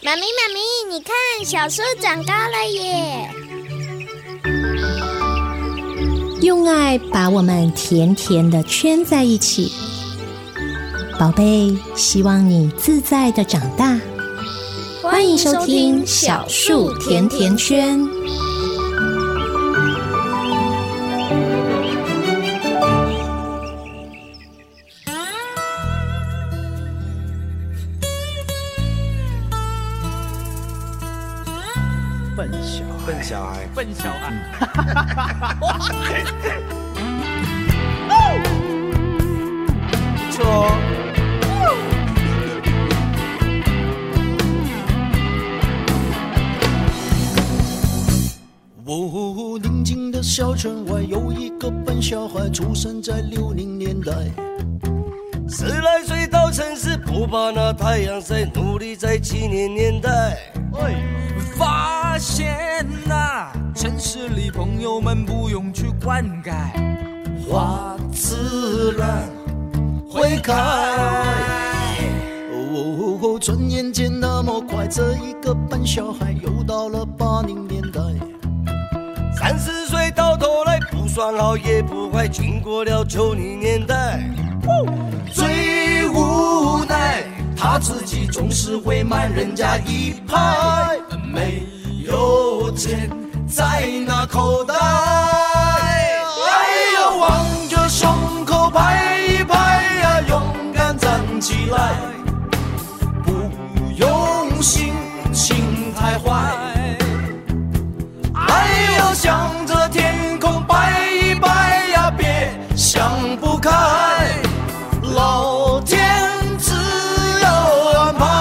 妈咪，你看，小树长高了耶！ 用爱把我们甜甜的圈在一起，宝贝，希望你自在的长大。欢迎收听小树甜甜圈。 笨小孩，不错哦。 宁静的小村外有一个笨小孩，出生在60年代。 10来岁到城市，不怕那太阳晒，努力在70年代。 发现啊，城市里朋友们不用去灌溉， 花自然会开。转眼间那么快，这一个笨小孩又到了80年代。 30岁到头来，不算好也不坏，经过了90年代。 最无奈，他自己总是会慢人家一拍，没有钱在那口袋。哎呀，望着胸口拍一拍呀，勇敢站起来，不用心情太坏。哎呀，向着天空摆一摆呀，别想不开，老天自有安排。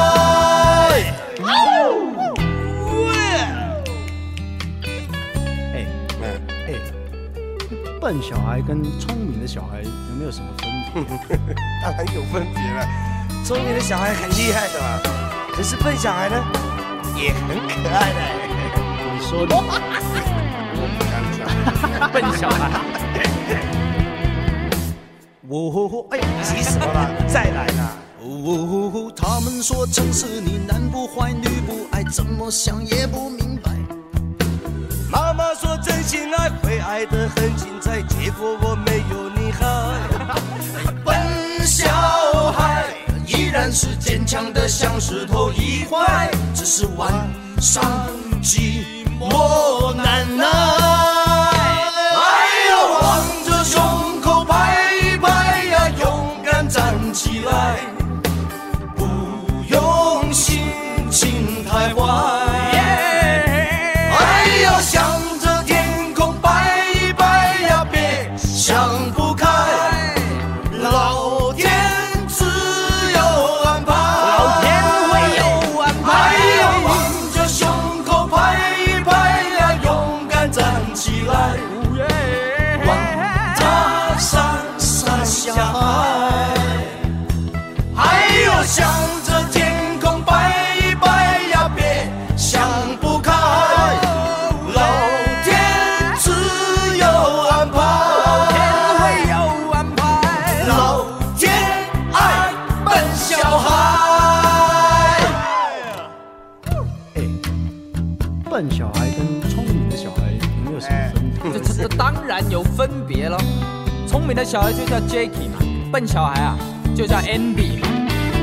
笨小孩跟聪明的小孩有没有什么分别？ 当然有分别了，聪明的小孩很厉害的嘛，可是笨小孩呢，也很可爱的。 你说的， 我不敢讲， 笨小孩。 急什么啦？再来啦！ 他们说城市里男不坏女不爱，怎么想也不明白。 妈妈说真心爱会爱得很精彩，结果我没有你好。 笨小孩依然是坚强的像石头一块，只是晚上寂寞难耐。哎呦，望着胸口拍一拍呀，勇敢站起来，不用心情太坏。哎呦，向着天空摆一摆呀，别想不开，老天自有安排。 老天会有安排。 哎呦，望着胸口拍一拍呀，勇敢站起来，望他傻傻小孩。哎呦，向着天空摆一摆呀，别想不开，老天自有安排。 老天会有安排。 老天爱笨小孩。 笨小孩跟聪明的小孩有没有什么分别？ 这当然有分别了。聪明的小孩就叫 Jacky 嘛，笨小孩啊就叫 Andy 嘛。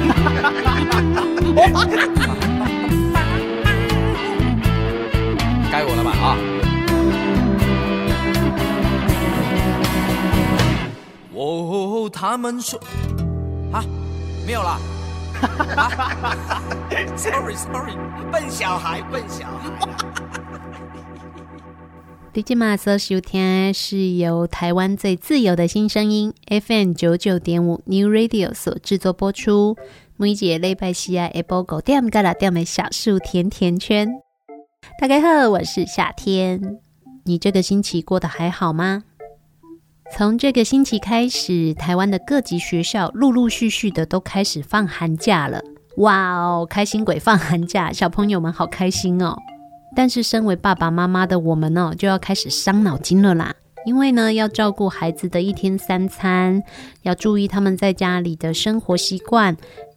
该我了吧啊！他们说啊，没有啦。Sorry， 笨小孩。 你今晚所收听的是由台湾最自由的新声音 FM99.5 New Radio 所制作播出，每一个礼拜四下午5点到6点的小树甜甜圈。大家好，我是夏天。你这个星期过得还好吗？从这个星期开始，台湾的各级学校陆陆续续的都开始放寒假了。哇哦，开心鬼放寒假，小朋友们好开心哦。但是身为爸爸妈妈的我们就要开始伤脑筋了啦，因为呢要照顾孩子的1天3餐，要注意他们在家里的生活习惯，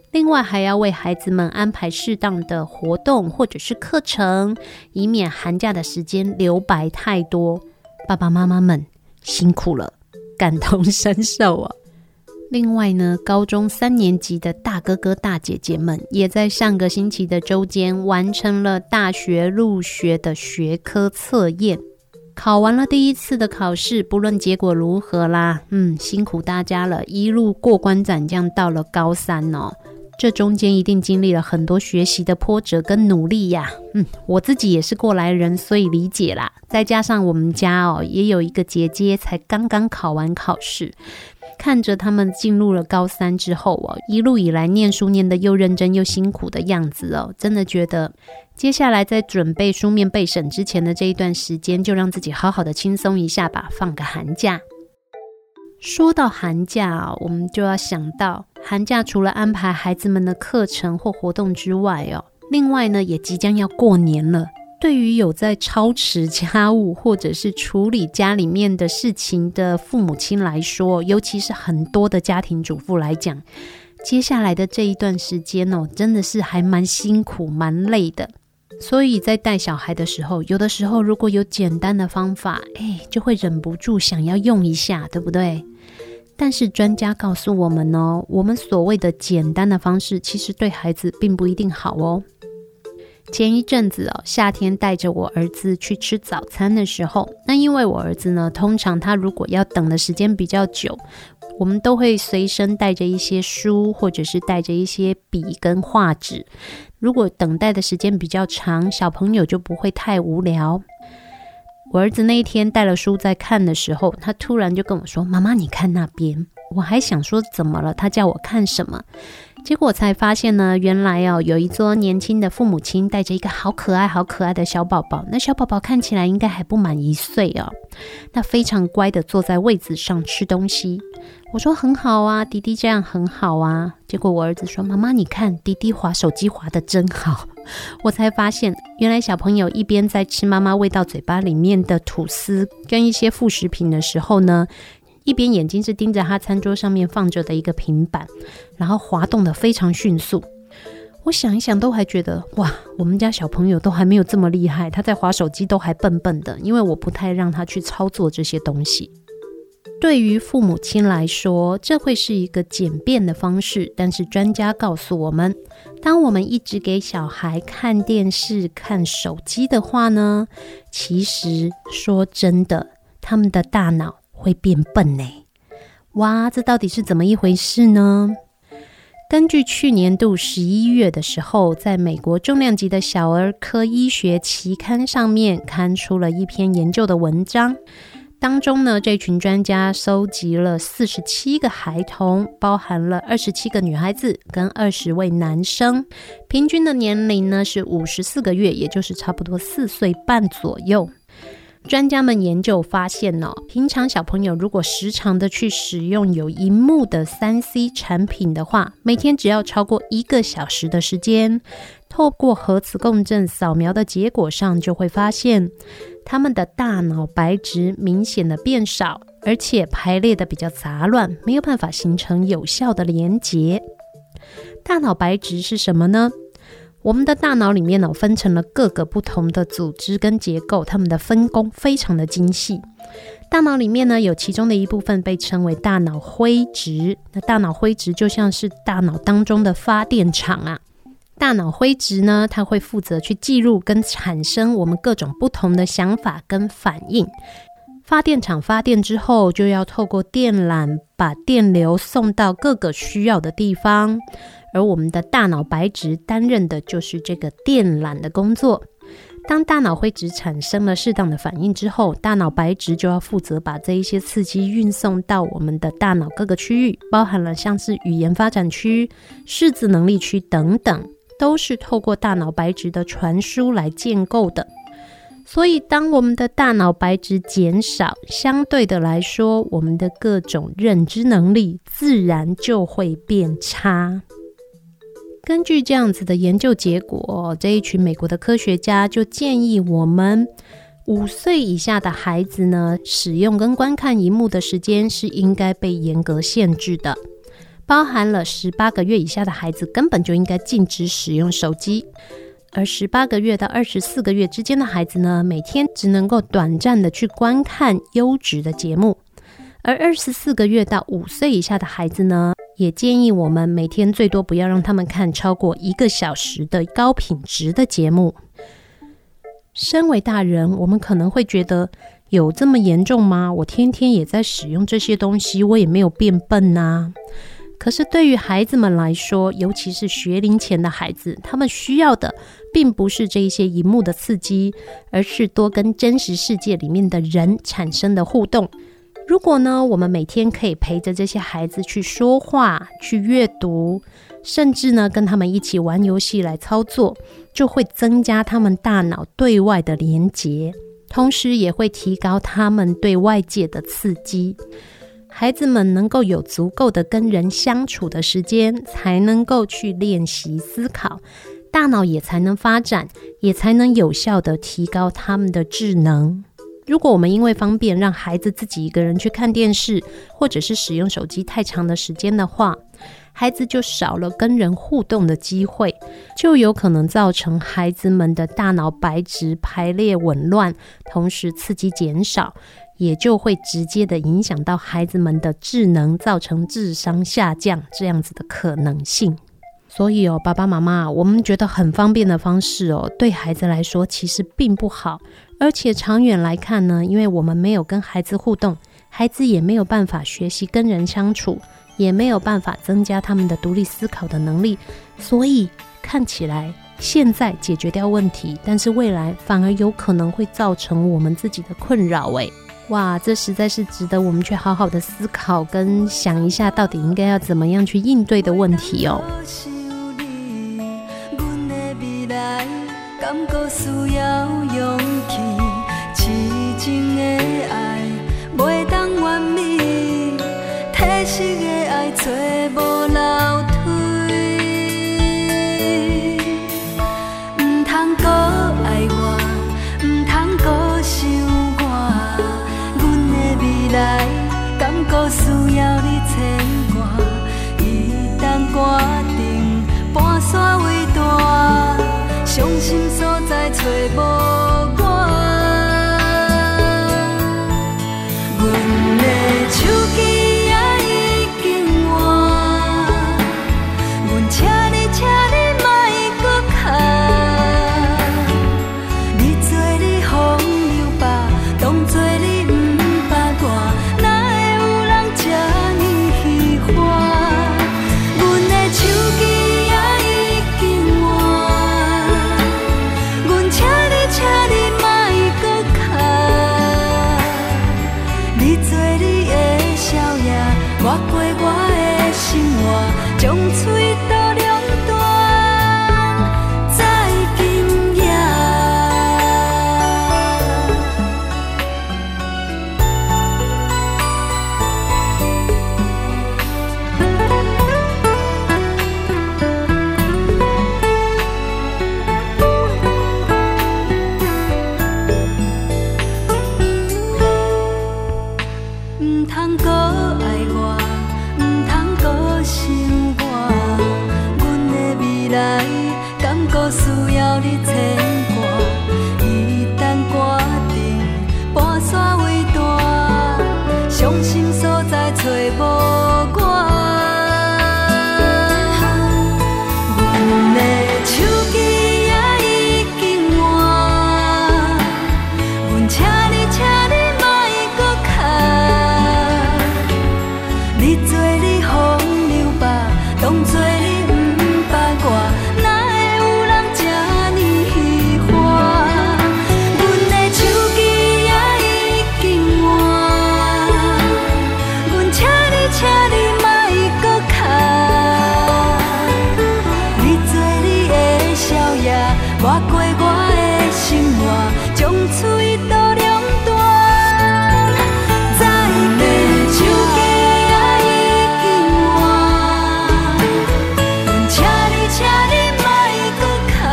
另外还要为孩子们安排适当的活动或者是课程，以免寒假的时间留白太多。爸爸妈妈们辛苦了，感同身受啊。另外呢，高中3年级的大哥哥大姐姐们也在上个星期的周间完成了大学入学的学科测验，考完了第一次的考试，不论结果如何啦，辛苦大家了，一路过关斩将到了高3哦。这中间一定经历了很多学习的波折跟努力呀。我自己也是过来人，所以理解啦。再加上我们家也有一个姐姐才刚刚考完考试，看着他们进入了高3之后一路以来念书念得又认真又辛苦的样子真的觉得接下来在准备书面备审之前的这一段时间，就让自己好好的轻松一下吧，放个寒假。说到寒假我们就要想到寒假除了安排孩子们的课程或活动之外另外呢也即将要过年了。对于有在操持家务或者是处理家里面的事情的父母亲来说，尤其是很多的家庭主妇来讲，接下来的这一段时间真的是还蛮辛苦蛮累的。所以在带小孩的时候，有的时候如果有简单的方法就会忍不住想要用一下，对不对？但是专家告诉我们我们所谓的简单的方式其实对孩子并不一定好前一阵子夏天带着我儿子去吃早餐的时候，那因为我儿子呢，通常他如果要等的时间比较久，我们都会随身带着一些书，或者是带着一些笔跟画纸。如果等待的时间比较长，小朋友就不会太无聊。我儿子那一天带了书在看的时候，他突然就跟我说：“妈妈，你看那边。”我还想说怎么了，他叫我看什么？结果才发现呢，原来有一桌年轻的父母亲带着一个好可爱好可爱的小宝宝，那小宝宝看起来应该还不满1岁那非常乖的坐在位子上吃东西。我说很好啊，弟弟这样很好啊。结果我儿子说：“妈妈你看，弟弟滑手机滑得真好。”我才发现原来小朋友一边在吃妈妈喂到嘴巴里面的吐司跟一些副食品的时候呢，一边眼睛是盯着他餐桌上面放着的一个平板，然后滑动得非常迅速。我想一想都还觉得哇，我们家小朋友都还没有这么厉害，他在滑手机都还笨笨的，因为我不太让他去操作这些东西。对于父母亲来说，这会是一个简便的方式，但是专家告诉我们，当我们一直给小孩看电视看手机的话呢，其实说真的，他们的大脑会变笨哇，这到底是怎么一回事呢？根据去年度11月的时候，在美国重量级的小儿科医学期刊上面刊出了一篇研究的文章。当中呢，这群专家收集了47个孩童，包含了27个女孩子跟20位男生，平均的年龄呢是54个月，也就是差不多4岁半左右。专家们研究发现平常小朋友如果时常的去使用有萤幕的 3C 产品的话，每天只要超过1个小时的时间，透过核磁共振扫描的结果上就会发现他们的大脑白质明显的变少，而且排列的比较杂乱，没有办法形成有效的连结。大脑白质是什么呢？我们的大脑里面分成了各个不同的组织跟结构，它们的分工非常的精细。大脑里面呢，有其中的一部分被称为大脑灰质，那大脑灰质就像是大脑当中的发电厂啊。大脑灰质呢，它会负责去记录跟产生我们各种不同的想法跟反应。发电厂发电之后，就要透过电缆把电流送到各个需要的地方，而我们的大脑白质担任的就是这个电缆的工作。当大脑灰质产生了适当的反应之后，大脑白质就要负责把这一些刺激运送到我们的大脑各个区域，包含了像是语言发展区、识字能力区等等，都是透过大脑白质的传输来建构的。所以当我们的大脑白质减少，相对的来说，我们的各种认知能力自然就会变差。根据这样子的研究结果，这一群美国的科学家就建议我们5岁以下的孩子呢，使用跟观看萤幕的时间是应该被严格限制的。 包含了18个月以下的孩子根本就应该禁止使用手机，而18个月到24个月之间的孩子呢，每天只能够短暂的去观看优质的节目，而24个月到5岁以下的孩子呢，也建议我们每天最多不要让他们看超过1个小时的高品质的节目。身为大人，我们可能会觉得有这么严重吗？我天天也在使用这些东西，我也没有变笨啊。可是对于孩子们来说，尤其是学龄前的孩子，他们需要的并不是这一些萤幕的刺激，而是多跟真实世界里面的人产生的互动。如果呢，我们每天可以陪着这些孩子去说话、去阅读，甚至呢跟他们一起玩游戏来操作，就会增加他们大脑对外的连结，同时也会提高他们对外界的刺激。孩子们能够有足够的跟人相处的时间，才能够去练习思考，大脑也才能发展，也才能有效的提高他们的智能。如果我们因为方便让孩子自己一个人去看电视，或者是使用手机太长的时间的话，孩子就少了跟人互动的机会，就有可能造成孩子们的大脑白质排列紊乱，同时刺激减少，也就会直接的影响到孩子们的智能，造成智商下降这样子的可能性。所以爸爸妈妈，我们觉得很方便的方式对孩子来说其实并不好，而且长远来看呢，因为我们没有跟孩子互动，孩子也没有办法学习跟人相处，也没有办法增加他们的独立思考的能力，所以看起来现在解决掉问题，但是未来反而有可能会造成我们自己的困扰哇，这实在是值得我们去好好的思考跟想一下，到底应该要怎么样去应对的问题感觉需要勇气，痴情的爱袂当完美，体实的爱找无楼梯，唔通搁爱我，唔通搁想我，阮的未来感觉需要你牵挂，一旦决定搬山为大，伤心所在找无我，阮的手机也已经换，阮请你莫搁卡，你做你风流吧，当作你不捌我，哪会有人这呢喜欢？阮的手机请你莫搁卡，你做你的笑颜，我过我的生活，将嘴都两端再经验。唔通搁爱我，唔通搁想我，阮的未来感觉需要你牵挂，一旦决定搬山为大，伤心所在找无我，阮的手机也已经换，阮请你莫搁卡，你做你风流吧，当作你不捌我，哪会有人这呢喜欢？阮的手机也已经换，阮请你莫搁卡，你做你的笑颜，我过我的生活，将嘴都两端再跟手机。请你莫搁卡，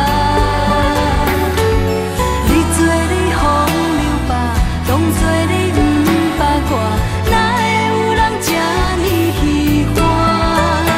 你做你风流吧，当作你不捌我，哪会有人这呢喜欢？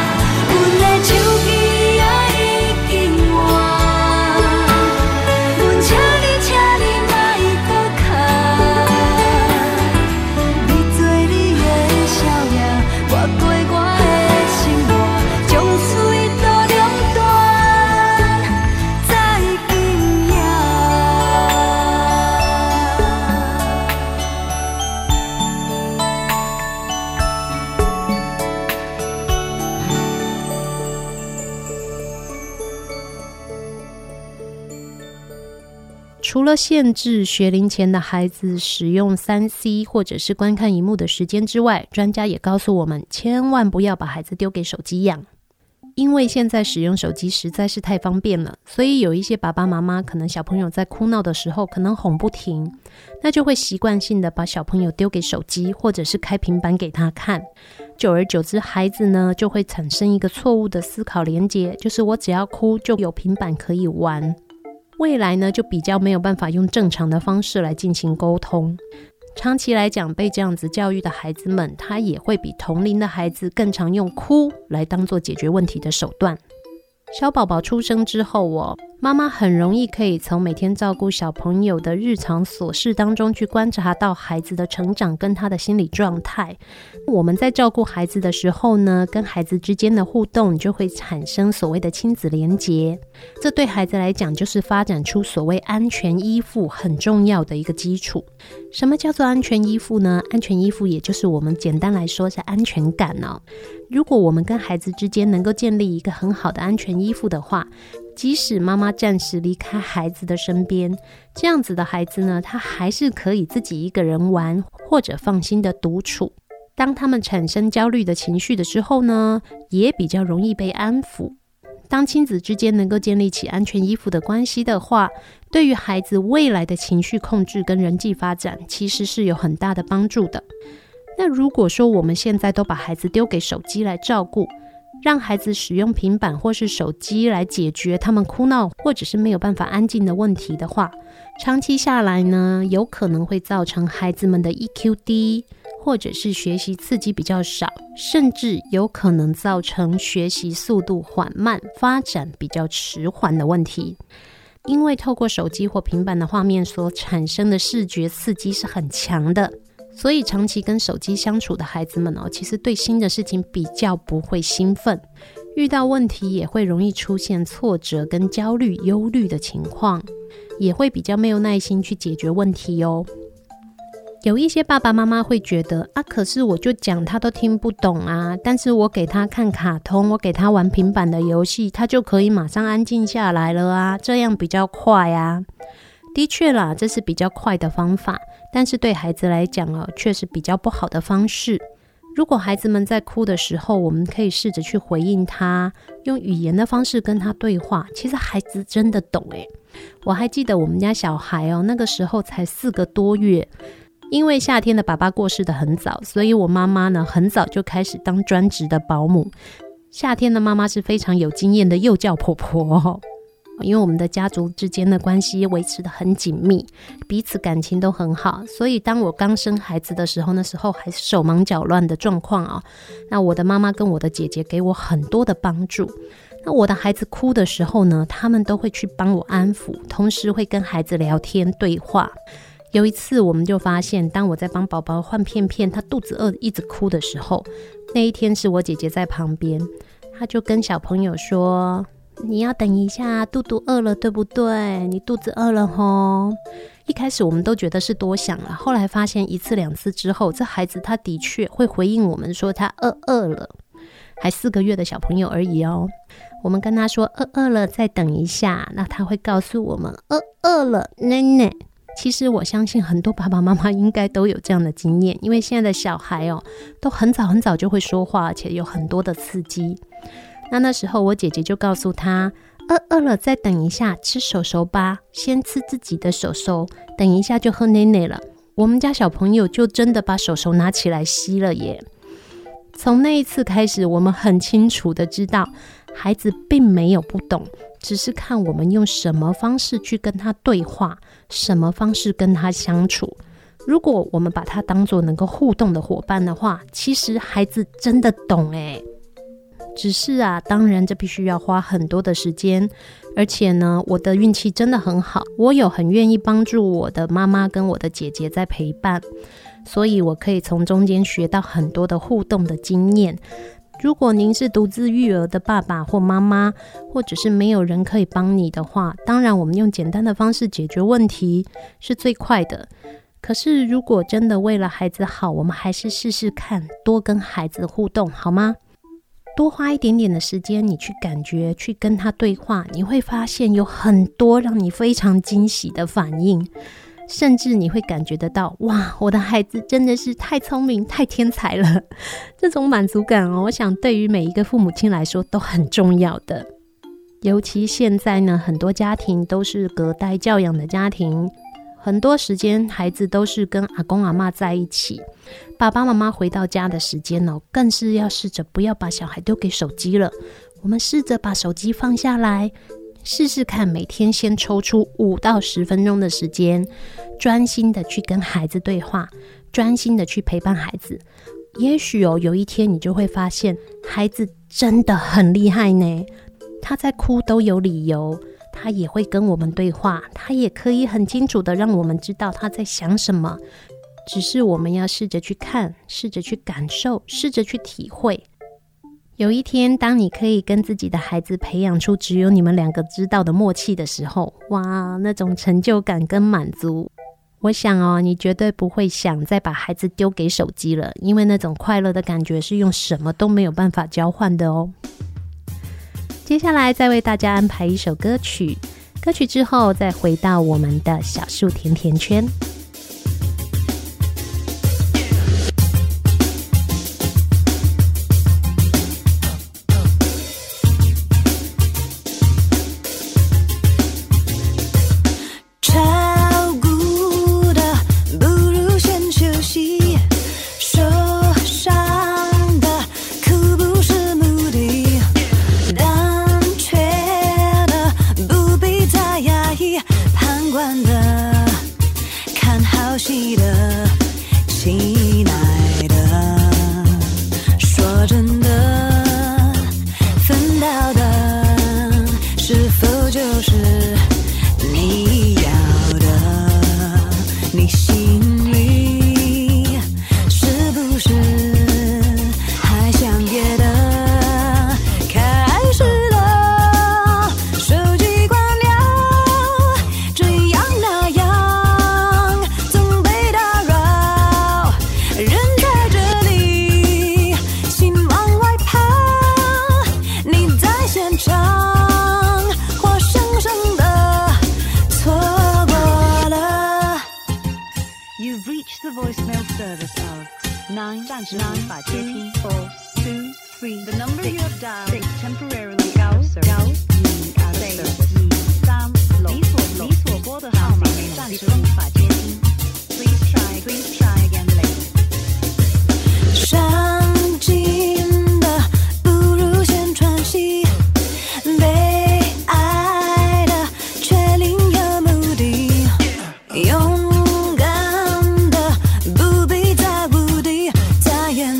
除了限制学龄前的孩子使用 3C 或者是观看萤幕的时间之外，专家也告诉我们，千万不要把孩子丢给手机养。因为现在使用手机实在是太方便了，所以有一些爸爸妈妈可能小朋友在哭闹的时候可能哄不停，那就会习惯性的把小朋友丢给手机，或者是开平板给他看。久而久之，孩子呢就会产生一个错误的思考连结，就是我只要哭就有平板可以玩。未来呢就比较没有办法用正常的方式来进行沟通。长期来讲，被这样子教育的孩子们，他也会比同龄的孩子更常用哭来当作解决问题的手段。小宝宝出生之后妈妈很容易可以从每天照顾小朋友的日常琐事当中去观察到孩子的成长跟他的心理状态。我们在照顾孩子的时候呢，跟孩子之间的互动就会产生所谓的亲子连结，这对孩子来讲就是发展出所谓安全依附很重要的一个基础。什么叫做安全依附呢？安全依附也就是我们简单来说是安全感如果我们跟孩子之间能够建立一个很好的安全依附的话，即使妈妈暂时离开孩子的身边，这样子的孩子呢，他还是可以自己一个人玩，或者放心的独处。当他们产生焦虑的情绪的时候呢，也比较容易被安抚。当亲子之间能够建立起安全依附的关系的话，对于孩子未来的情绪控制跟人际发展其实是有很大的帮助的。那如果说我们现在都把孩子丢给手机来照顾，让孩子使用平板或是手机来解决他们哭闹或者是没有办法安静的问题的话，长期下来呢，有可能会造成孩子们的 EQ 低，或者是学习刺激比较少，甚至有可能造成学习速度缓慢、发展比较迟缓的问题。因为透过手机或平板的画面所产生的视觉刺激是很强的，所以长期跟手机相处的孩子们其实对新的事情比较不会兴奋，遇到问题也会容易出现挫折跟焦虑、忧虑的情况，也会比较没有耐心去解决问题有一些爸爸妈妈会觉得可是我就讲他都听不懂但是我给他看卡通，我给他玩平板的游戏，他就可以马上安静下来了这样比较快的确啦，这是比较快的方法，但是对孩子来讲却是比较不好的方式。如果孩子们在哭的时候，我们可以试着去回应他，用语言的方式跟他对话，其实孩子真的懂我还记得我们家小孩那个时候才4个多月，因为夏天的爸爸过世得很早，所以我妈妈呢很早就开始当专职的保姆。夏天的妈妈是非常有经验的幼教婆婆因为我们的家族之间的关系维持得很紧密，彼此感情都很好，所以当我刚生孩子的时候，那时候还是手忙脚乱的状况那我的妈妈跟我的姐姐给我很多的帮助。那我的孩子哭的时候呢，他们都会去帮我安抚，同时会跟孩子聊天对话。有一次我们就发现，当我在帮宝宝换片片，他肚子饿一直哭的时候，那一天是我姐姐在旁边，她就跟小朋友说，你要等一下，肚肚饿了对不对？你肚子饿了吼。一开始我们都觉得是多想了，后来发现1次2次之后，这孩子他的确会回应我们说他饿了，还4个月的小朋友而已我们跟他说饿了再等一下，那他会告诉我们饿了奶奶。其实我相信很多爸爸妈妈应该都有这样的经验，因为现在的小孩都很早很早就会说话，而且有很多的刺激。那时候我姐姐就告诉他，饿了再等一下，吃手手吧，先吃自己的手手，等一下就喝奶奶了。我们家小朋友就真的把手手拿起来吸了耶。从那一次开始，我们很清楚的知道，孩子并没有不懂，只是看我们用什么方式去跟他对话，什么方式跟他相处。如果我们把他当作能够互动的伙伴的话，其实孩子真的懂只是当然这必须要花很多的时间，而且呢，我的运气真的很好，我有很愿意帮助我的妈妈跟我的姐姐在陪伴，所以我可以从中间学到很多的互动的经验。如果您是独自育儿的爸爸或妈妈，或者是没有人可以帮你的话，当然我们用简单的方式解决问题是最快的。可是如果真的为了孩子好，我们还是试试看，多跟孩子互动好吗？ 多花一点点的时间，你去感觉，去跟他对话，你会发现有很多让你非常惊喜的反应，甚至你会感觉得到，哇，我的孩子真的是太聪明、太天才了。这种满足感我想对于每一个父母亲来说都很重要的。尤其现在呢，很多家庭都是隔代教养的家庭，很多时间孩子都是跟阿公阿嬷在一起，爸爸妈妈回到家的时间更是要试着不要把小孩丢给手机了。我们试着把手机放下来，试试看每天先抽出5到10分钟的时间，专心的去跟孩子对话，专心的去陪伴孩子。也许有一天你就会发现，孩子真的很厉害呢，他在哭都有理由，他也会跟我们对话，他也可以很清楚的让我们知道他在想什么，只是我们要试着去看，试着去感受，试着去体会。有一天当你可以跟自己的孩子培养出只有你们2个知道的默契的时候，哇，那种成就感跟满足，我想你绝对不会想再把孩子丢给手机了，因为那种快乐的感觉是用什么都没有办法交换的哦。接下来再为大家安排一首歌曲，歌曲之后再回到我们的小树甜甜圈。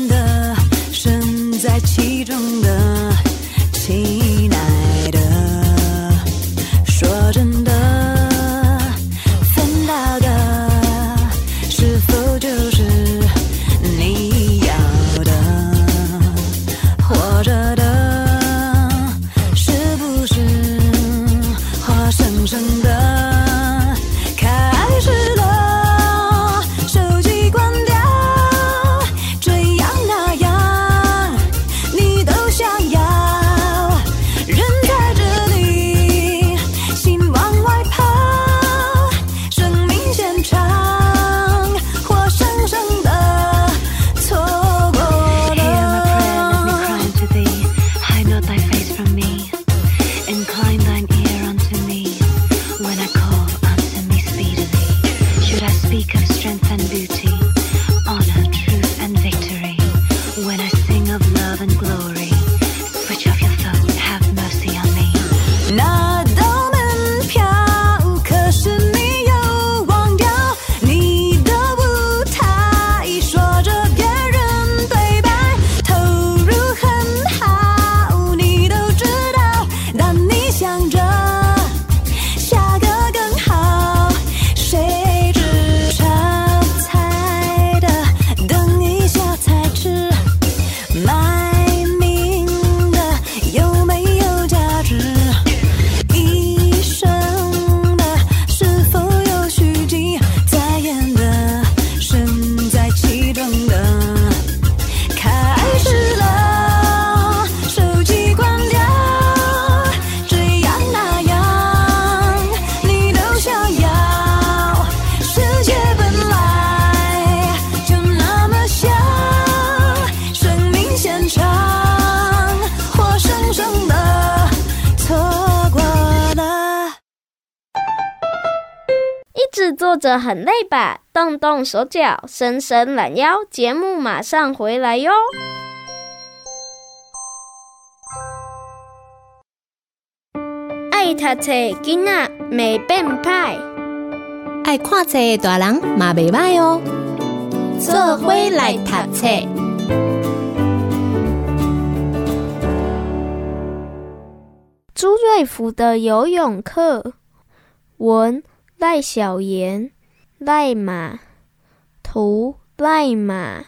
在其中的亲爱的直坐着很累吧？动动手脚，伸伸懒腰，节目马上回来哟。爱读册囡仔袂变歹， 爱看册的大人嘛袂歹哦。做伙来读册。 朱瑞福的游泳课，文赖小妍，赖马，图赖马。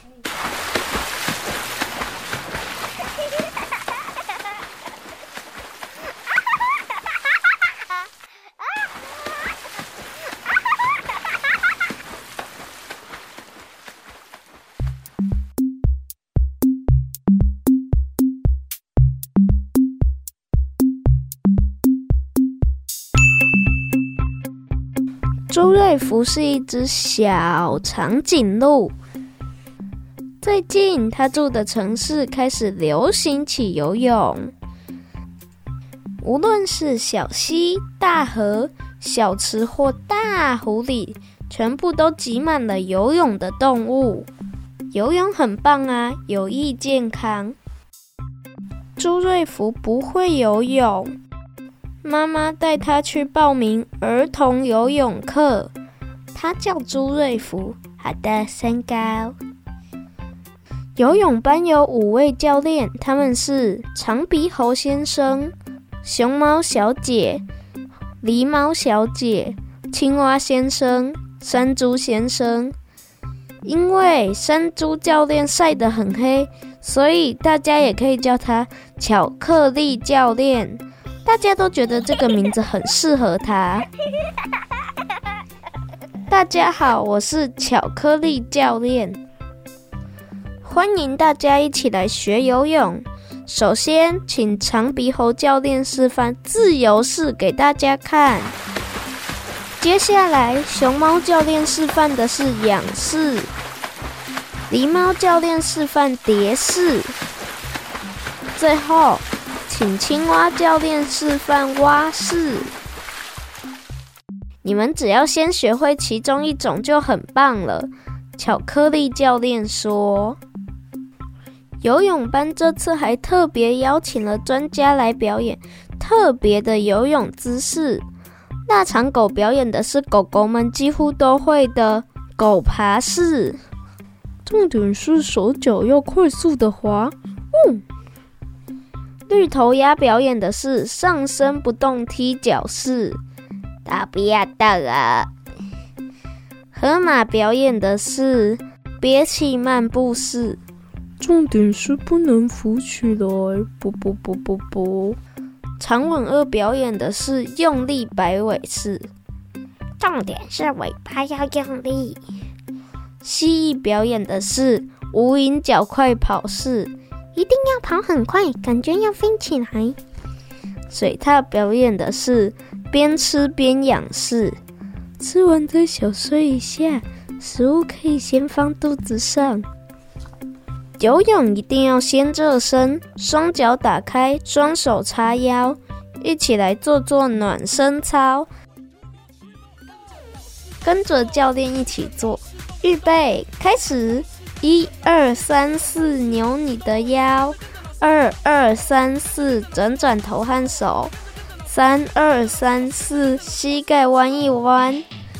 朱瑞福是一只小长颈鹿。最近，他住的城市开始流行起游泳。无论是小溪、大河、小池或大湖里，全部都挤满了游泳的动物。游泳很棒啊，有益健康。朱瑞福不会游泳。妈妈带他去报名儿童游泳课，他叫朱瑞福，他的身高。游泳班有5位教练，他们是长鼻猴先生、熊猫小姐、狸猫小姐、青蛙先生、山猪先生。因为山猪教练晒得很黑，所以大家也可以叫他巧克力教练。大家都觉得这个名字很适合他。大家好，我是巧克力教练，欢迎大家一起来学游泳。首先，请长鼻猴教练示范自由式给大家看。接下来，熊猫教练示范的是仰式，狸猫教练示范蝶式，最后请青蛙教练示范蛙式。你们只要先学会其中一种就很棒了，巧克力教练说。游泳班这次还特别邀请了专家来表演特别的游泳姿势。腊肠狗表演的是狗狗们几乎都会的狗爬式，重点是手脚要快速的滑。绿头鸭表演的是上身不动踢脚式，大不要大啊！河马表演的是憋气漫步式，重点是不能浮起来，不。长吻鳄表演的是用力摆尾式，重点是尾巴要用力。蜥蜴表演的是无影脚快跑式，一定要跑很快，感觉要飞起来。水獭表演的是边吃边仰式，吃完再小睡一下，食物可以先放肚子上。游泳一定要先热身，双脚打开，双手叉腰，一起来做暖身操。跟着教练一起做，预备，开始！1、2、3、4，扭你的腰；2、2、3、4，转转头和手；3、2、3、4，膝盖弯一弯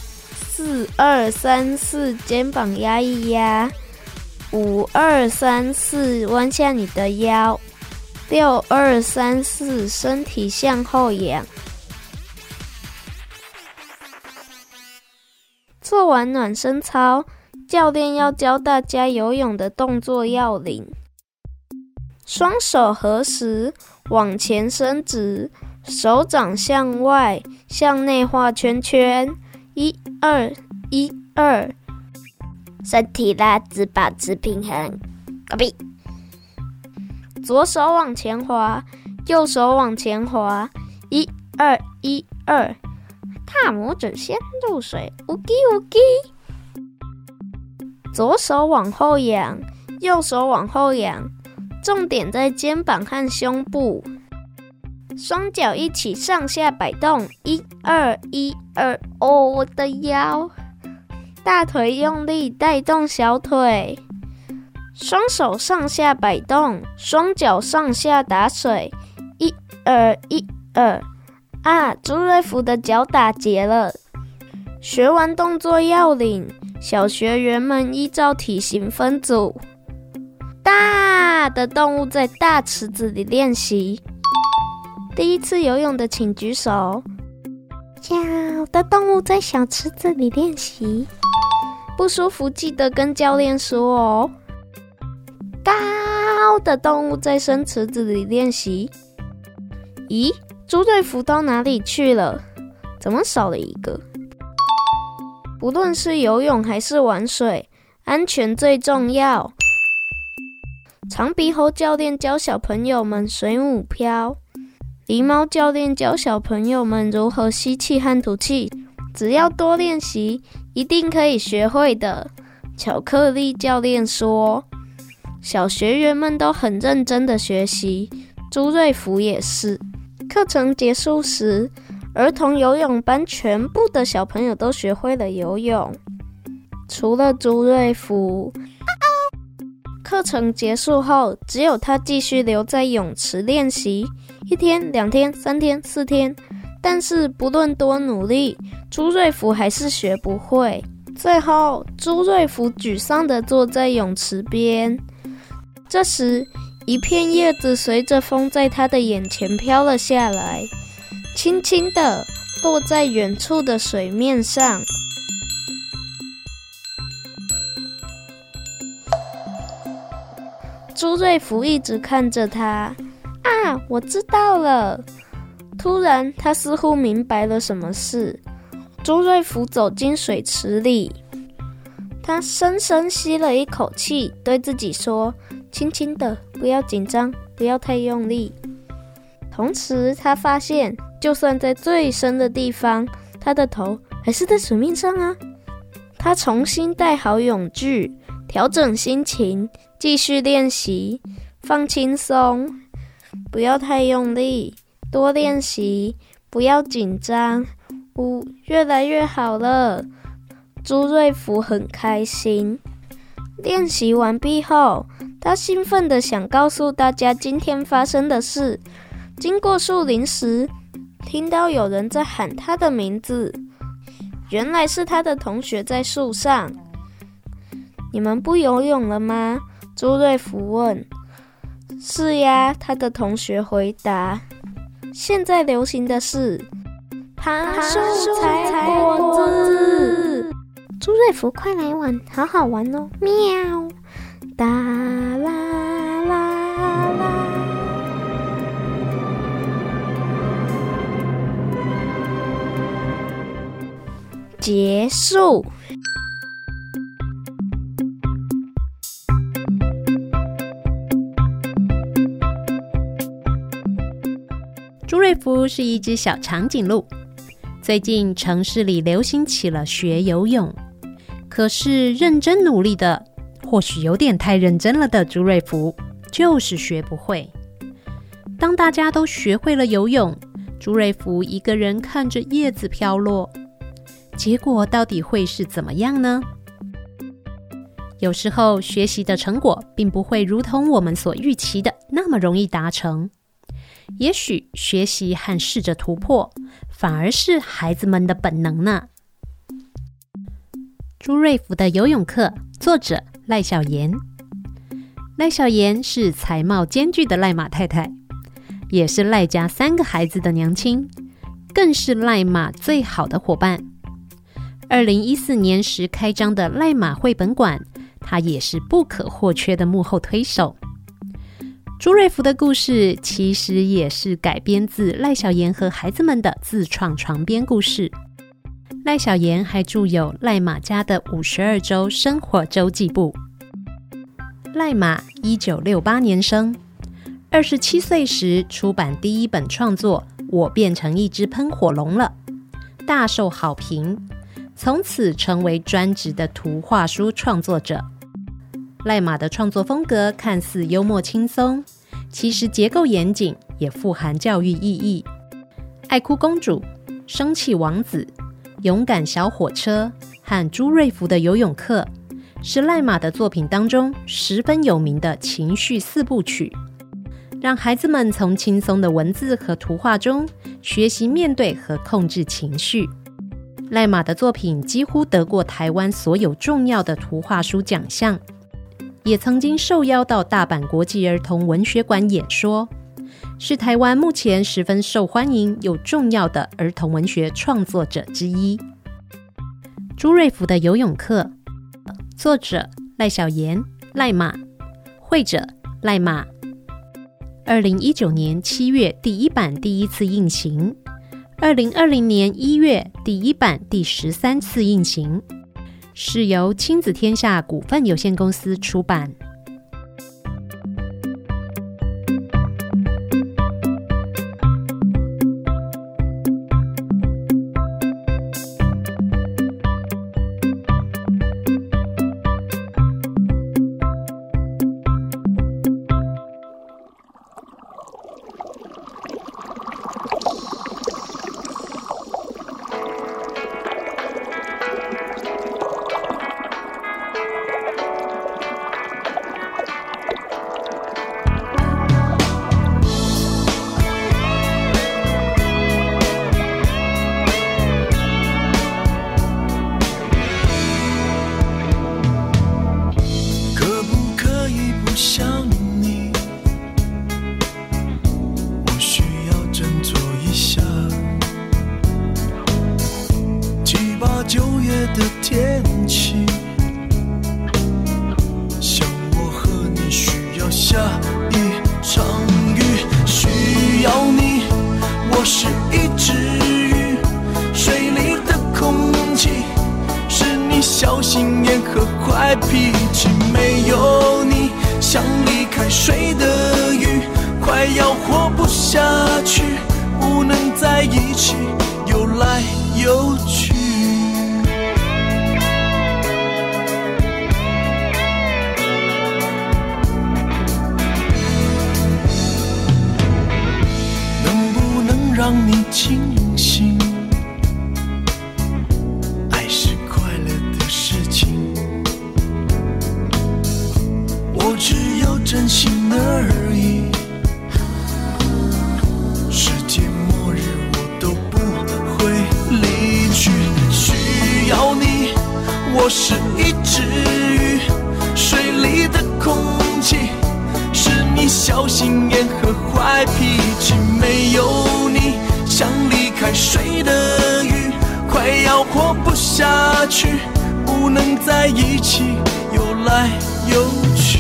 ；4、2、3、4，肩膀压一压；5、2、3、4，弯下你的腰；6、2、3、4，身体向后仰。做完暖身操，教练要教大家游泳的动作要领：双手合十，往前伸直，手掌向外，向内画圈圈。1、2、1、2，身体拉直，保持平衡。狗屁！左手往前滑，右手往前滑。1、2、1、2，大拇指先入水，乌叽乌叽。左手往后仰，右手往后仰，重点在肩膀和胸部。 双脚一起上下摆动，1、2、1、2，哦，我的腰！大腿用力带动小腿，双手上下摆动，双脚上下打水，1、2、1、2。啊，朱瑞福的脚打结了。学完动作要领，小学员们依照体型分组。大的动物在大池子里练习。第一次游泳的请举手。小的动物在小池子里练习。不舒服记得跟教练说哦。高的动物在深池子里练习。咦，朱瑞福到哪里去了？怎么少了一个？不论是游泳还是玩水，安全最重要。长鼻猴教练教小朋友们水母漂，狸猫教练教小朋友们如何吸气和吐气。只要多练习，一定可以学会的。巧克力教练说，小学员们都很认真的学习，朱瑞福也是。课程结束时，儿童游泳班全部的小朋友都学会了游泳，除了朱瑞福。课程结束后，只有他继续留在泳池练习，1天、2天、3天、4天。但是不论多努力，朱瑞福还是学不会。最后，朱瑞福沮丧地坐在泳池边。这时，一片叶子随着风在他的眼前飘了下来，轻轻地落在远处的水面上。朱瑞福一直看着他。啊，我知道了！突然，他似乎明白了什么事。朱瑞福走进水池里，他深深吸了一口气，对自己说：“轻轻的，不要紧张，不要太用力。”同时，他发现，就算在最深的地方，他的头还是在水面上啊。他重新戴好泳具，调整心情，继续练习，放轻松，不要太用力。多练习，不要紧张。越来越好了。朱瑞福很开心。练习完毕后，他兴奋地想告诉大家今天发生的事。经过树林时，听到有人在喊他的名字，原来是他的同学在树上。你们不游泳了吗？朱瑞福问。是呀，他的同学回答。现在流行的是爬树采果子。朱瑞福，快来玩，好好玩哦！喵，哒啦啦啦。结束。 朱瑞福是一只小长颈鹿。最近城市里流行起了学游泳，可是认真努力的，或许有点太认真了的朱瑞福，就是学不会。当大家都学会了游泳，朱瑞福一个人看着叶子飘落，结果到底会是怎么样呢？有时候学习的成果并不会如同我们所预期的那么容易达成。也许学习和试着突破，反而是孩子们的本能呢。朱瑞福的游泳课，作者赖小妍。赖小妍是才貌兼具的赖马太太，也是赖家3个孩子的娘亲，更是赖马最好的伙伴。2014年时开张的赖马绘本馆，她也是不可或缺的幕后推手。朱瑞福的故事其实也是改编自赖小妍和孩子们的自创床边故事。赖小妍还著有赖马家的52周生活周记簿。赖马1968年生，27岁时出版第一本创作《我变成一只喷火龙了》，大受好评，从此成为专职的图画书创作者。赖马的创作风格看似幽默轻松， 其实结构严谨，也富含教育意义。爱哭公主、生气王子、勇敢小火车和朱瑞福的游泳课，是赖马的作品当中十分有名的情绪四部曲，让孩子们从轻松的文字和图画中学习面对和控制情绪。赖马的作品几乎得过台湾所有重要的图画书奖项，也曾经受邀到大阪国际儿童文学馆演说，是台湾目前十分受欢迎又重要的儿童文学创作者之一。朱瑞福的游泳课，作者赖小妍、赖马，绘者赖马。2019年7月第一版第一次印行，2020年1月第一版第13次印行，是由亲子天下股份有限公司出版。 让你清醒，爱是快乐的事情，我只有真心而已，世界末日我都不会离去，需要你，我是一只鱼，水里的空气是你小心眼和坏脾气，没有你像离开水的鱼，快要活不下去，不能在一起游来游去。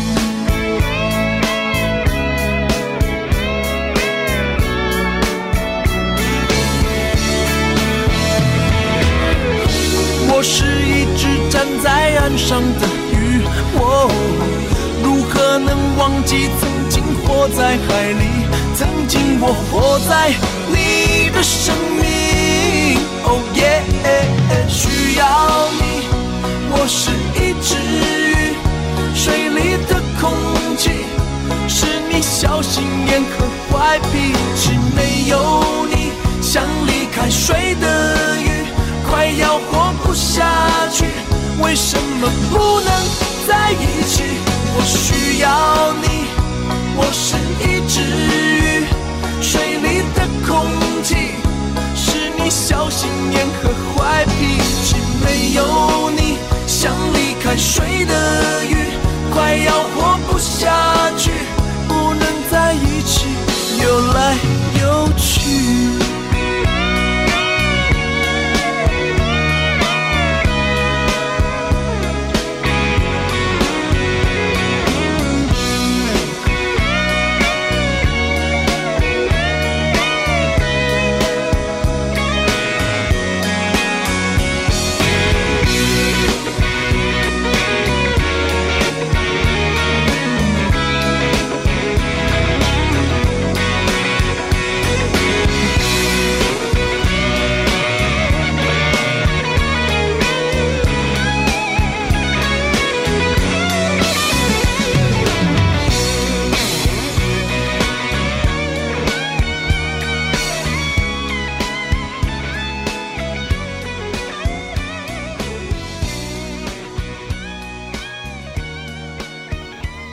我是一只站在岸上的鱼，如何能忘记曾经活在海里，曾经我活在你的生命。Oh yeah， 需要你，我是一只鱼，水里的空气是你小心眼和坏脾气，没有你像离开水的鱼，快要活不下去，为什么不能在一起？我需要你，我是一只鱼，水里的空气是你小心眼和坏脾气，没有你像离开水的鱼，快要活不下去，不能在一起游来游去。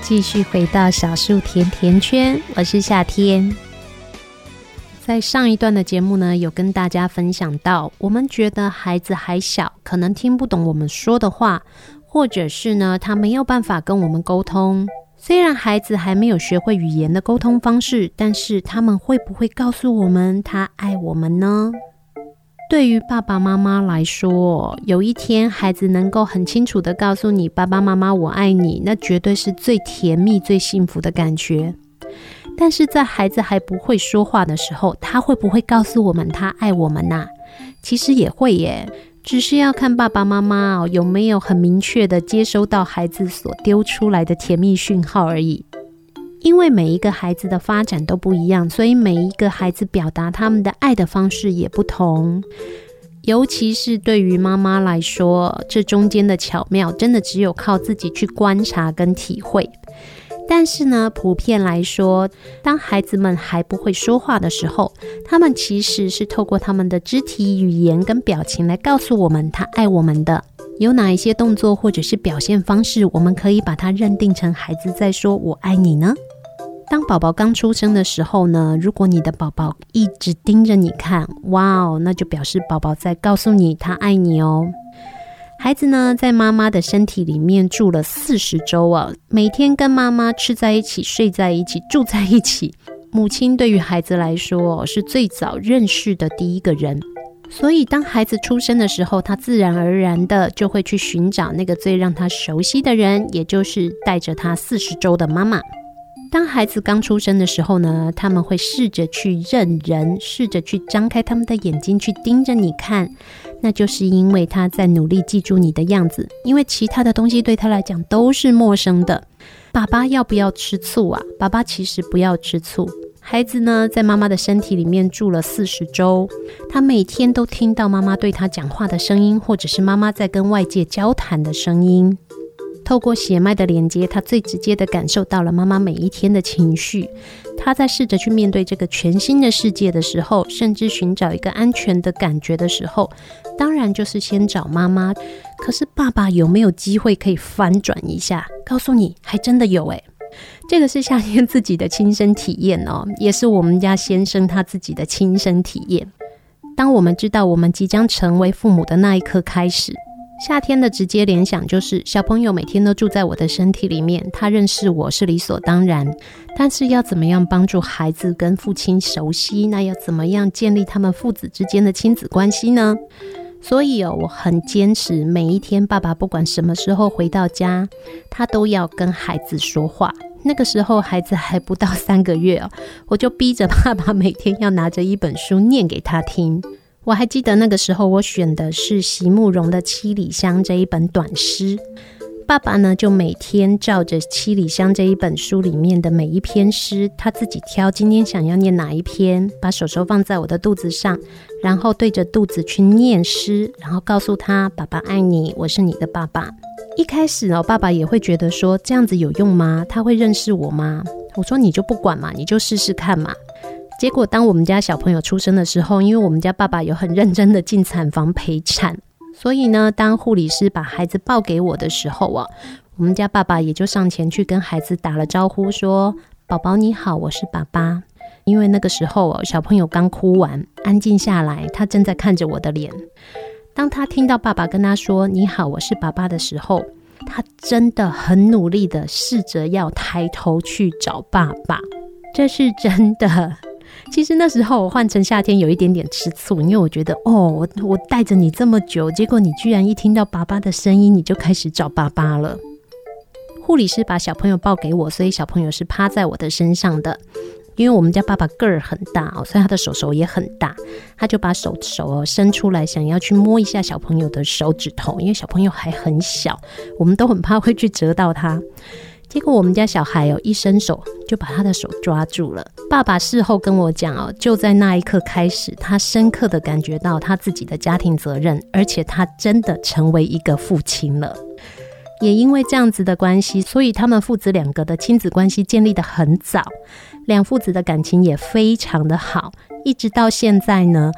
继续回到小树甜甜圈，我是夏天。在上一段的节目呢，有跟大家分享到，我们觉得孩子还小，可能听不懂我们说的话，或者是呢，他没有办法跟我们沟通。虽然孩子还没有学会语言的沟通方式，但是他们会不会告诉我们他爱我们呢？对于爸爸妈妈来说，有一天孩子能够很清楚地告诉你，爸爸妈妈我爱你，那绝对是最甜蜜最幸福的感觉。但是在孩子还不会说话的时候，他会不会告诉我们他爱我们啊？其实也会耶，只是要看爸爸妈妈有没有很明确地接收到孩子所丢出来的甜蜜讯号而已。因为每一个孩子的发展都不一样，所以每一个孩子表达他们的爱的方式也不同。尤其是对于妈妈来说，这中间的巧妙真的只有靠自己去观察跟体会。但是呢，普遍来说，当孩子们还不会说话的时候，他们其实是透过他们的肢体语言跟表情来告诉我们他爱我们的。有哪一些动作或者是表现方式，我们可以把它认定成孩子在说我爱你呢？当宝宝刚出生的时候呢，如果你的宝宝一直盯着你看，哇哦，那就表示宝宝在告诉你他爱你哦。孩子呢，在妈妈的身体里面住了40周啊，每天跟妈妈吃在一起、睡在一起、住在一起。母亲对于孩子来说是最早认识的第一个人，所以当孩子出生的时候，他自然而然的就会去寻找那个最让他熟悉的人，也就是带着他40周的妈妈。当孩子刚出生的时候呢，他们会试着去认人，试着去张开他们的眼睛去盯着你看，那就是因为他在努力记住你的样子，因为其他的东西对他来讲都是陌生的。爸爸要不要吃醋啊？爸爸其实不要吃醋。孩子呢，在妈妈的身体里面住了40周，他每天都听到妈妈对他讲话的声音，或者是妈妈在跟外界交谈的声音。透过血脉的连接，他最直接的感受到了妈妈每一天的情绪。他在试着去面对这个全新的世界的时候，甚至寻找一个安全的感觉的时候，当然就是先找妈妈。可是爸爸有没有机会可以翻转一下？告诉你，还真的有耶。这个是夏天自己的亲身体验哦，也是我们家先生他自己的亲身体验。当我们知道我们即将成为父母的那一刻开始，夏天的直接联想就是小朋友每天都住在我的身体里面，他认识我是理所当然，但是要怎么样帮助孩子跟父亲熟悉，那要怎么样建立他们父子之间的亲子关系呢？所以我很坚持每一天爸爸不管什么时候回到家，他都要跟孩子说话。那个时候孩子还不到3个月我就逼着爸爸每天要拿着一本书念给他听。我还记得那个时候我选的是席慕容的《七里香》这一本短诗，爸爸呢就每天照着《七里香》这一本书里面的每一篇诗，他自己挑今天想要念哪一篇，把手放在我的肚子上，然后对着肚子去念诗，然后告诉他爸爸爱你，我是你的爸爸。一开始爸爸也会觉得说这样子有用吗？他会认识我吗？我说你就不管嘛，你就试试看嘛。结果当我们家小朋友出生的时候，因为我们家爸爸有很认真的进产房陪产，所以呢，当护理师把孩子抱给我的时候我们家爸爸也就上前去跟孩子打了招呼，说宝宝你好，我是爸爸。因为那个时候小朋友刚哭完，安静下来，他正在看着我的脸。当他听到爸爸跟他说你好，我是爸爸的时候，他真的很努力的试着要抬头去找爸爸，这是真的。其实那时候我换成夏天有一点点吃醋，因为我觉得我带着你这么久，结果你居然一听到爸爸的声音你就开始找爸爸了。护理师把小朋友抱给我，所以小朋友是趴在我的身上的。因为我们家爸爸个儿很大所以他的手也很大，他就把手伸出来，想要去摸一下小朋友的手指头，因为小朋友还很小，我们都很怕会去折到他。结果我们家小孩一伸手就把他的手抓住了。爸爸事后跟我讲就在那一刻开始，他深刻的感觉到他自己的家庭责任，而且他真的成为一个父亲了。也因为这样子的关系，所以他们父子两个的亲子关系建立得很早，两父子的感情也非常的好。一直到现在呢，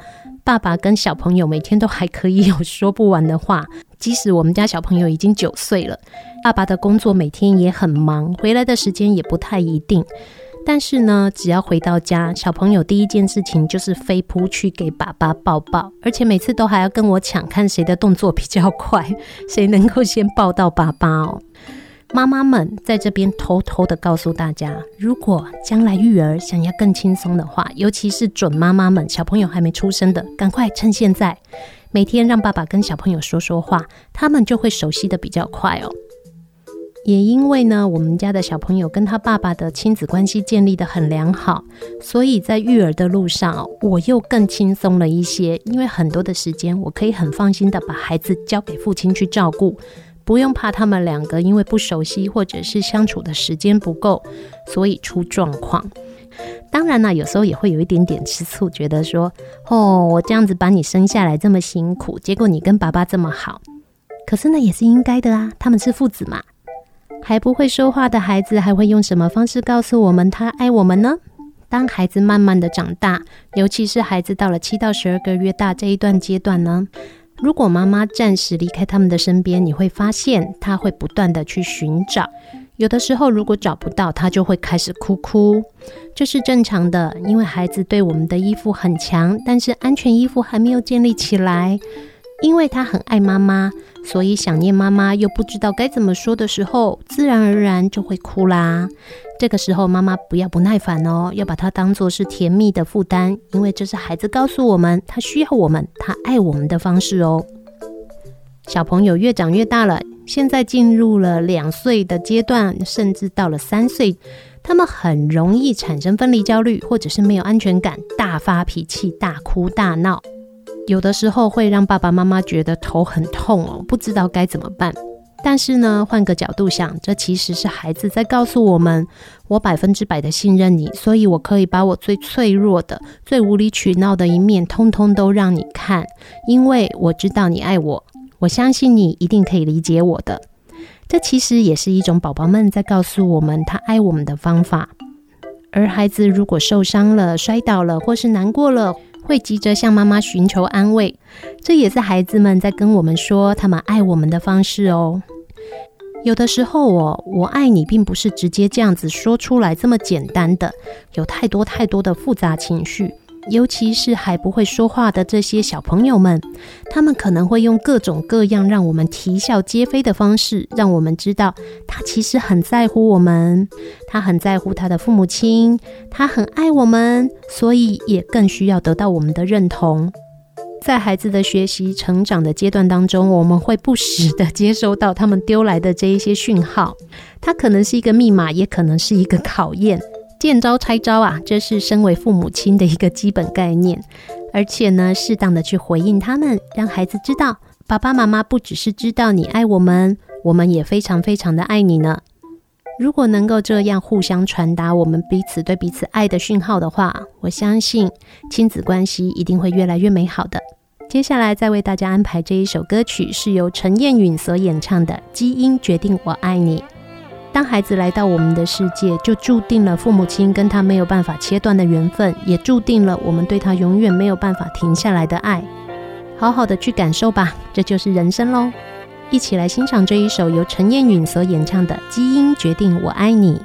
爸爸跟小朋友每天都还可以有说不完的话，即使我们家小朋友已经9岁了，爸爸的工作每天也很忙，回来的时间也不太一定。但是呢，只要回到家，小朋友第一件事情就是飞扑去给爸爸抱抱，而且每次都还要跟我抢，看谁的动作比较快，谁能够先抱到爸爸哦。妈妈们在这边偷偷的告诉大家，如果将来育儿想要更轻松的话，尤其是准妈妈们，小朋友还没出生的，赶快趁现在每天让爸爸跟小朋友说说话，他们就会熟悉的比较快哦。也因为呢，我们家的小朋友跟他爸爸的亲子关系建立得很良好，所以在育儿的路上我又更轻松了一些，因为很多的时间我可以很放心的把孩子交给父亲去照顾，不用怕他们两个因为不熟悉或者是相处的时间不够，所以出状况。当然啦，有时候也会有一点点吃醋，觉得说我这样子把你生下来这么辛苦，结果你跟爸爸这么好，可是那也是应该的啊，他们是父子嘛。还不会说话的孩子还会用什么方式告诉我们他爱我们呢？当孩子慢慢的长大，尤其是孩子到了7到12个月大这一段阶段呢，如果妈妈暂时离开他们的身边，你会发现他会不断的去寻找，有的时候如果找不到，他就会开始哭，这是正常的，因为孩子对我们的依附很强，但是安全依附还没有建立起来。因为他很爱妈妈，所以想念妈妈又不知道该怎么说的时候，自然而然就会哭啦。这个时候妈妈不要不耐烦哦，要把它当作是甜蜜的负担，因为这是孩子告诉我们他需要我们，他爱我们的方式哦。小朋友越长越大了，现在进入了2岁的阶段，甚至到了3岁，他们很容易产生分离焦虑，或者是没有安全感，大发脾气，大哭大闹，有的时候会让爸爸妈妈觉得头很痛哦，不知道该怎么办。但是呢，换个角度想，这其实是孩子在告诉我们，我100%的信任你，所以我可以把我最脆弱的、最无理取闹的一面通通都让你看，因为我知道你爱我，我相信你一定可以理解我的。这其实也是一种宝宝们在告诉我们他爱我们的方法。而孩子如果受伤了、摔倒了或是难过了，会急着向妈妈寻求安慰，这也是孩子们在跟我们说他们爱我们的方式哦。有的时候我爱你并不是直接这样子说出来这么简单的，有太多的复杂情绪，尤其是还不会说话的这些小朋友们，他们可能会用各种各样让我们啼笑皆非的方式，让我们知道他其实很在乎我们，他很在乎他的父母亲，他很爱我们，所以也更需要得到我们的认同。在孩子的学习成长的阶段当中，我们会不时的接收到他们丢来的这一些讯号，它可能是一个密码，也可能是一个考验。见招拆招啊，这是身为父母亲的一个基本概念。而且呢，适当的去回应他们，让孩子知道爸爸妈妈不只是知道你爱我们，我们也非常的爱你呢。如果能够这样互相传达我们彼此对彼此爱的讯号的话，我相信亲子关系一定会越来越美好的。接下来再为大家安排这一首歌曲，是由陈燕允所演唱的《基因决定我爱你》。当孩子来到我们的世界，就注定了父母亲跟他没有办法切断的缘分，也注定了我们对他永远没有办法停下来的爱。好好的去感受吧，这就是人生咯。一起来欣赏这一首由陈燕允所演唱的《基因决定我爱你》。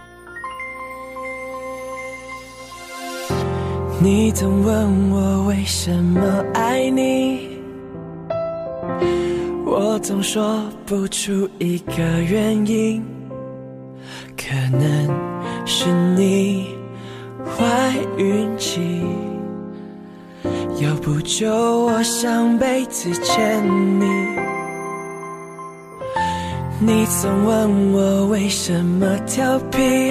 你总问我为什么爱你，我总说不出一个原因，可能是你坏运气，要不就我上辈子欠你。你总问我为什么调皮，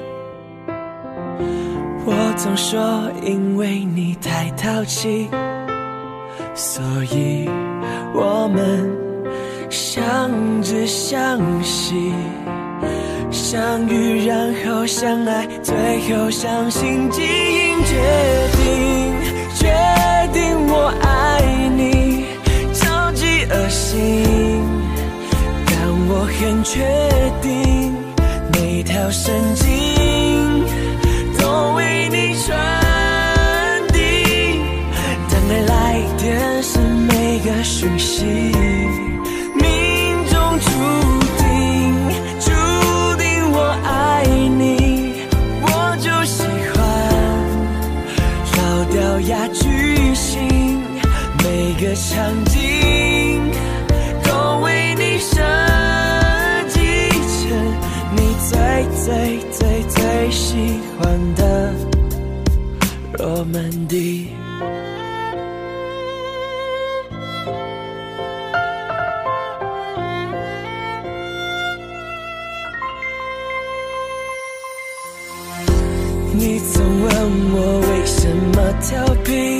我总说因为你太淘气，所以我们相知相惜，相遇然后相爱，最后相信基因决定我爱你，超级恶心，但我很确定每条神经都为你传递。当爱来电个讯息，命中注定，注定我爱你，我就喜欢老掉牙句型，每个场景都为你设计成你最喜欢的罗曼蒂。你总问我为什么调皮，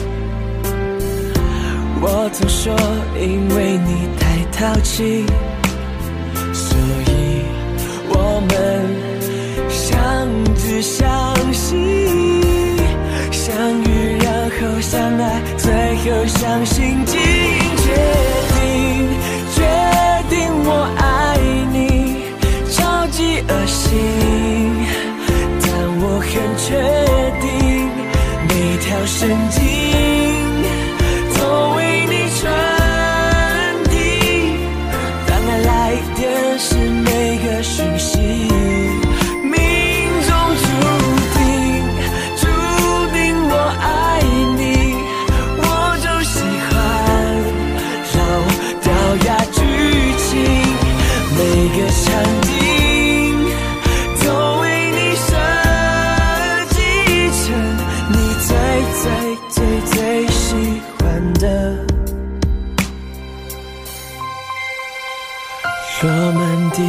我总说因为你太淘气，所以我们相知相惜，相遇然后相爱，最后相信，竟决定我爱你，超级恶心，我很确定每条神经都为你传递，当爱来电是每个讯息，命中注定我爱你，我就喜欢老掉牙剧情，每个场景最喜欢的罗曼蒂。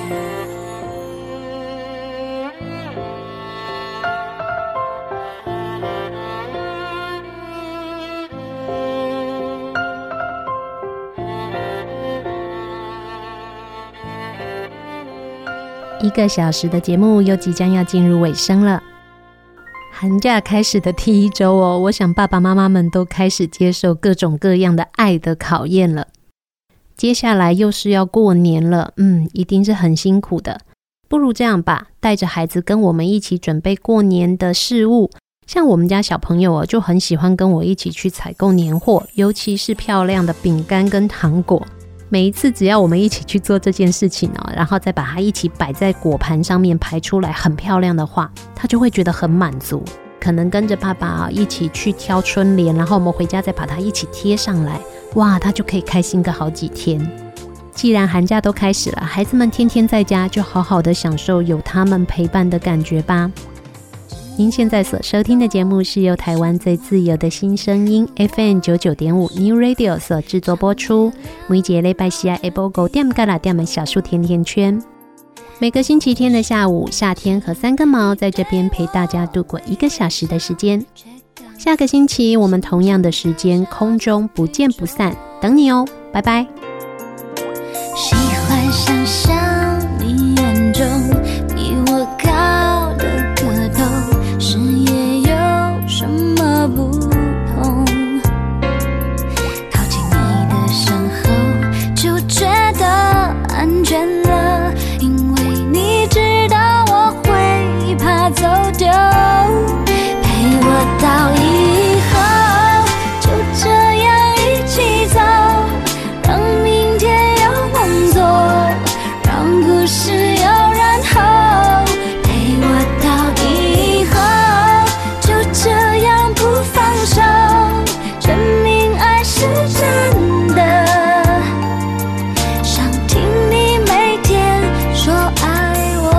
1个小时的节目又即将要进入尾声了。寒假开始的第1周哦，我想爸爸妈妈们都开始接受各种各样的爱的考验了。接下来又是要过年了，一定是很辛苦的。不如这样吧，带着孩子跟我们一起准备过年的事物。像我们家小朋友就很喜欢跟我一起去采购年货，尤其是漂亮的饼干跟糖果。每一次只要我们一起去做这件事情然后再把它一起摆在果盘上面排出来很漂亮的话，他就会觉得很满足。可能跟着爸爸一起去挑春联，然后我们回家再把它一起贴上来，哇，他就可以开心个好几天。既然寒假都开始了，孩子们天天在家，就好好的享受有他们陪伴的感觉吧。您现在所收听的节目是由台湾最自由的新声音 FM99.5 New Radio 所制作播出，每节礼拜四下午5点到6点的小树甜甜圈。每个星期天的下午，夏天和3根毛在这边陪大家度过1个小时的时间。下个星期我们同样的时间空中不见不散，等你哦，拜拜。 喜欢想象你眼中比我高的个头，视野有什么不同？靠近你的身后就觉得安全了，因为你知道我会怕走丢，陪我到以后就这样一起走，让明天有梦做，让故事有然后，陪我到以后就这样不放手，证明爱是真的，想听你每天说爱我。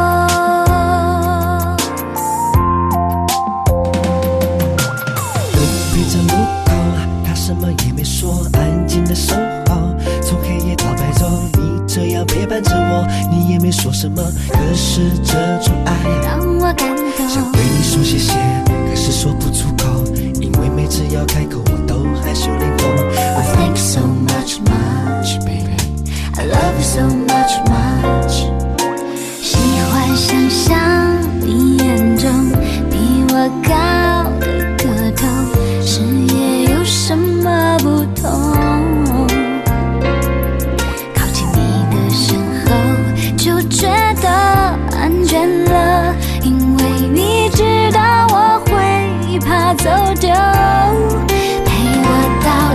路边站路口，他什么也没说，安静的守候，从黑夜到白昼，你这样陪伴着我，你也没说什么，可是这种爱让我感动， 想对你说谢谢，可是说不出口，因为每次要开口我都害羞脸红。I think so much much baby I love you so much much。 喜欢想象你眼中比我高的个头，视野有什么不同？靠近你的身后就觉得安全了，因为你知道我会怕走丢，陪我到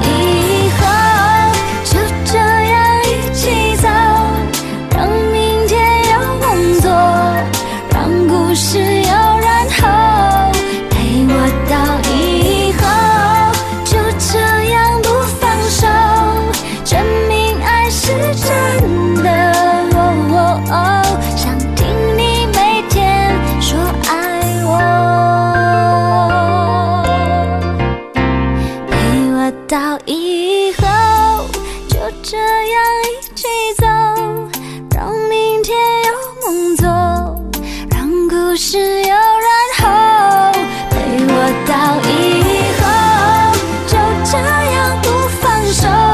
到以后就这样一起走，让明天有梦做，让故事有然后，陪我到以后就这样不放手。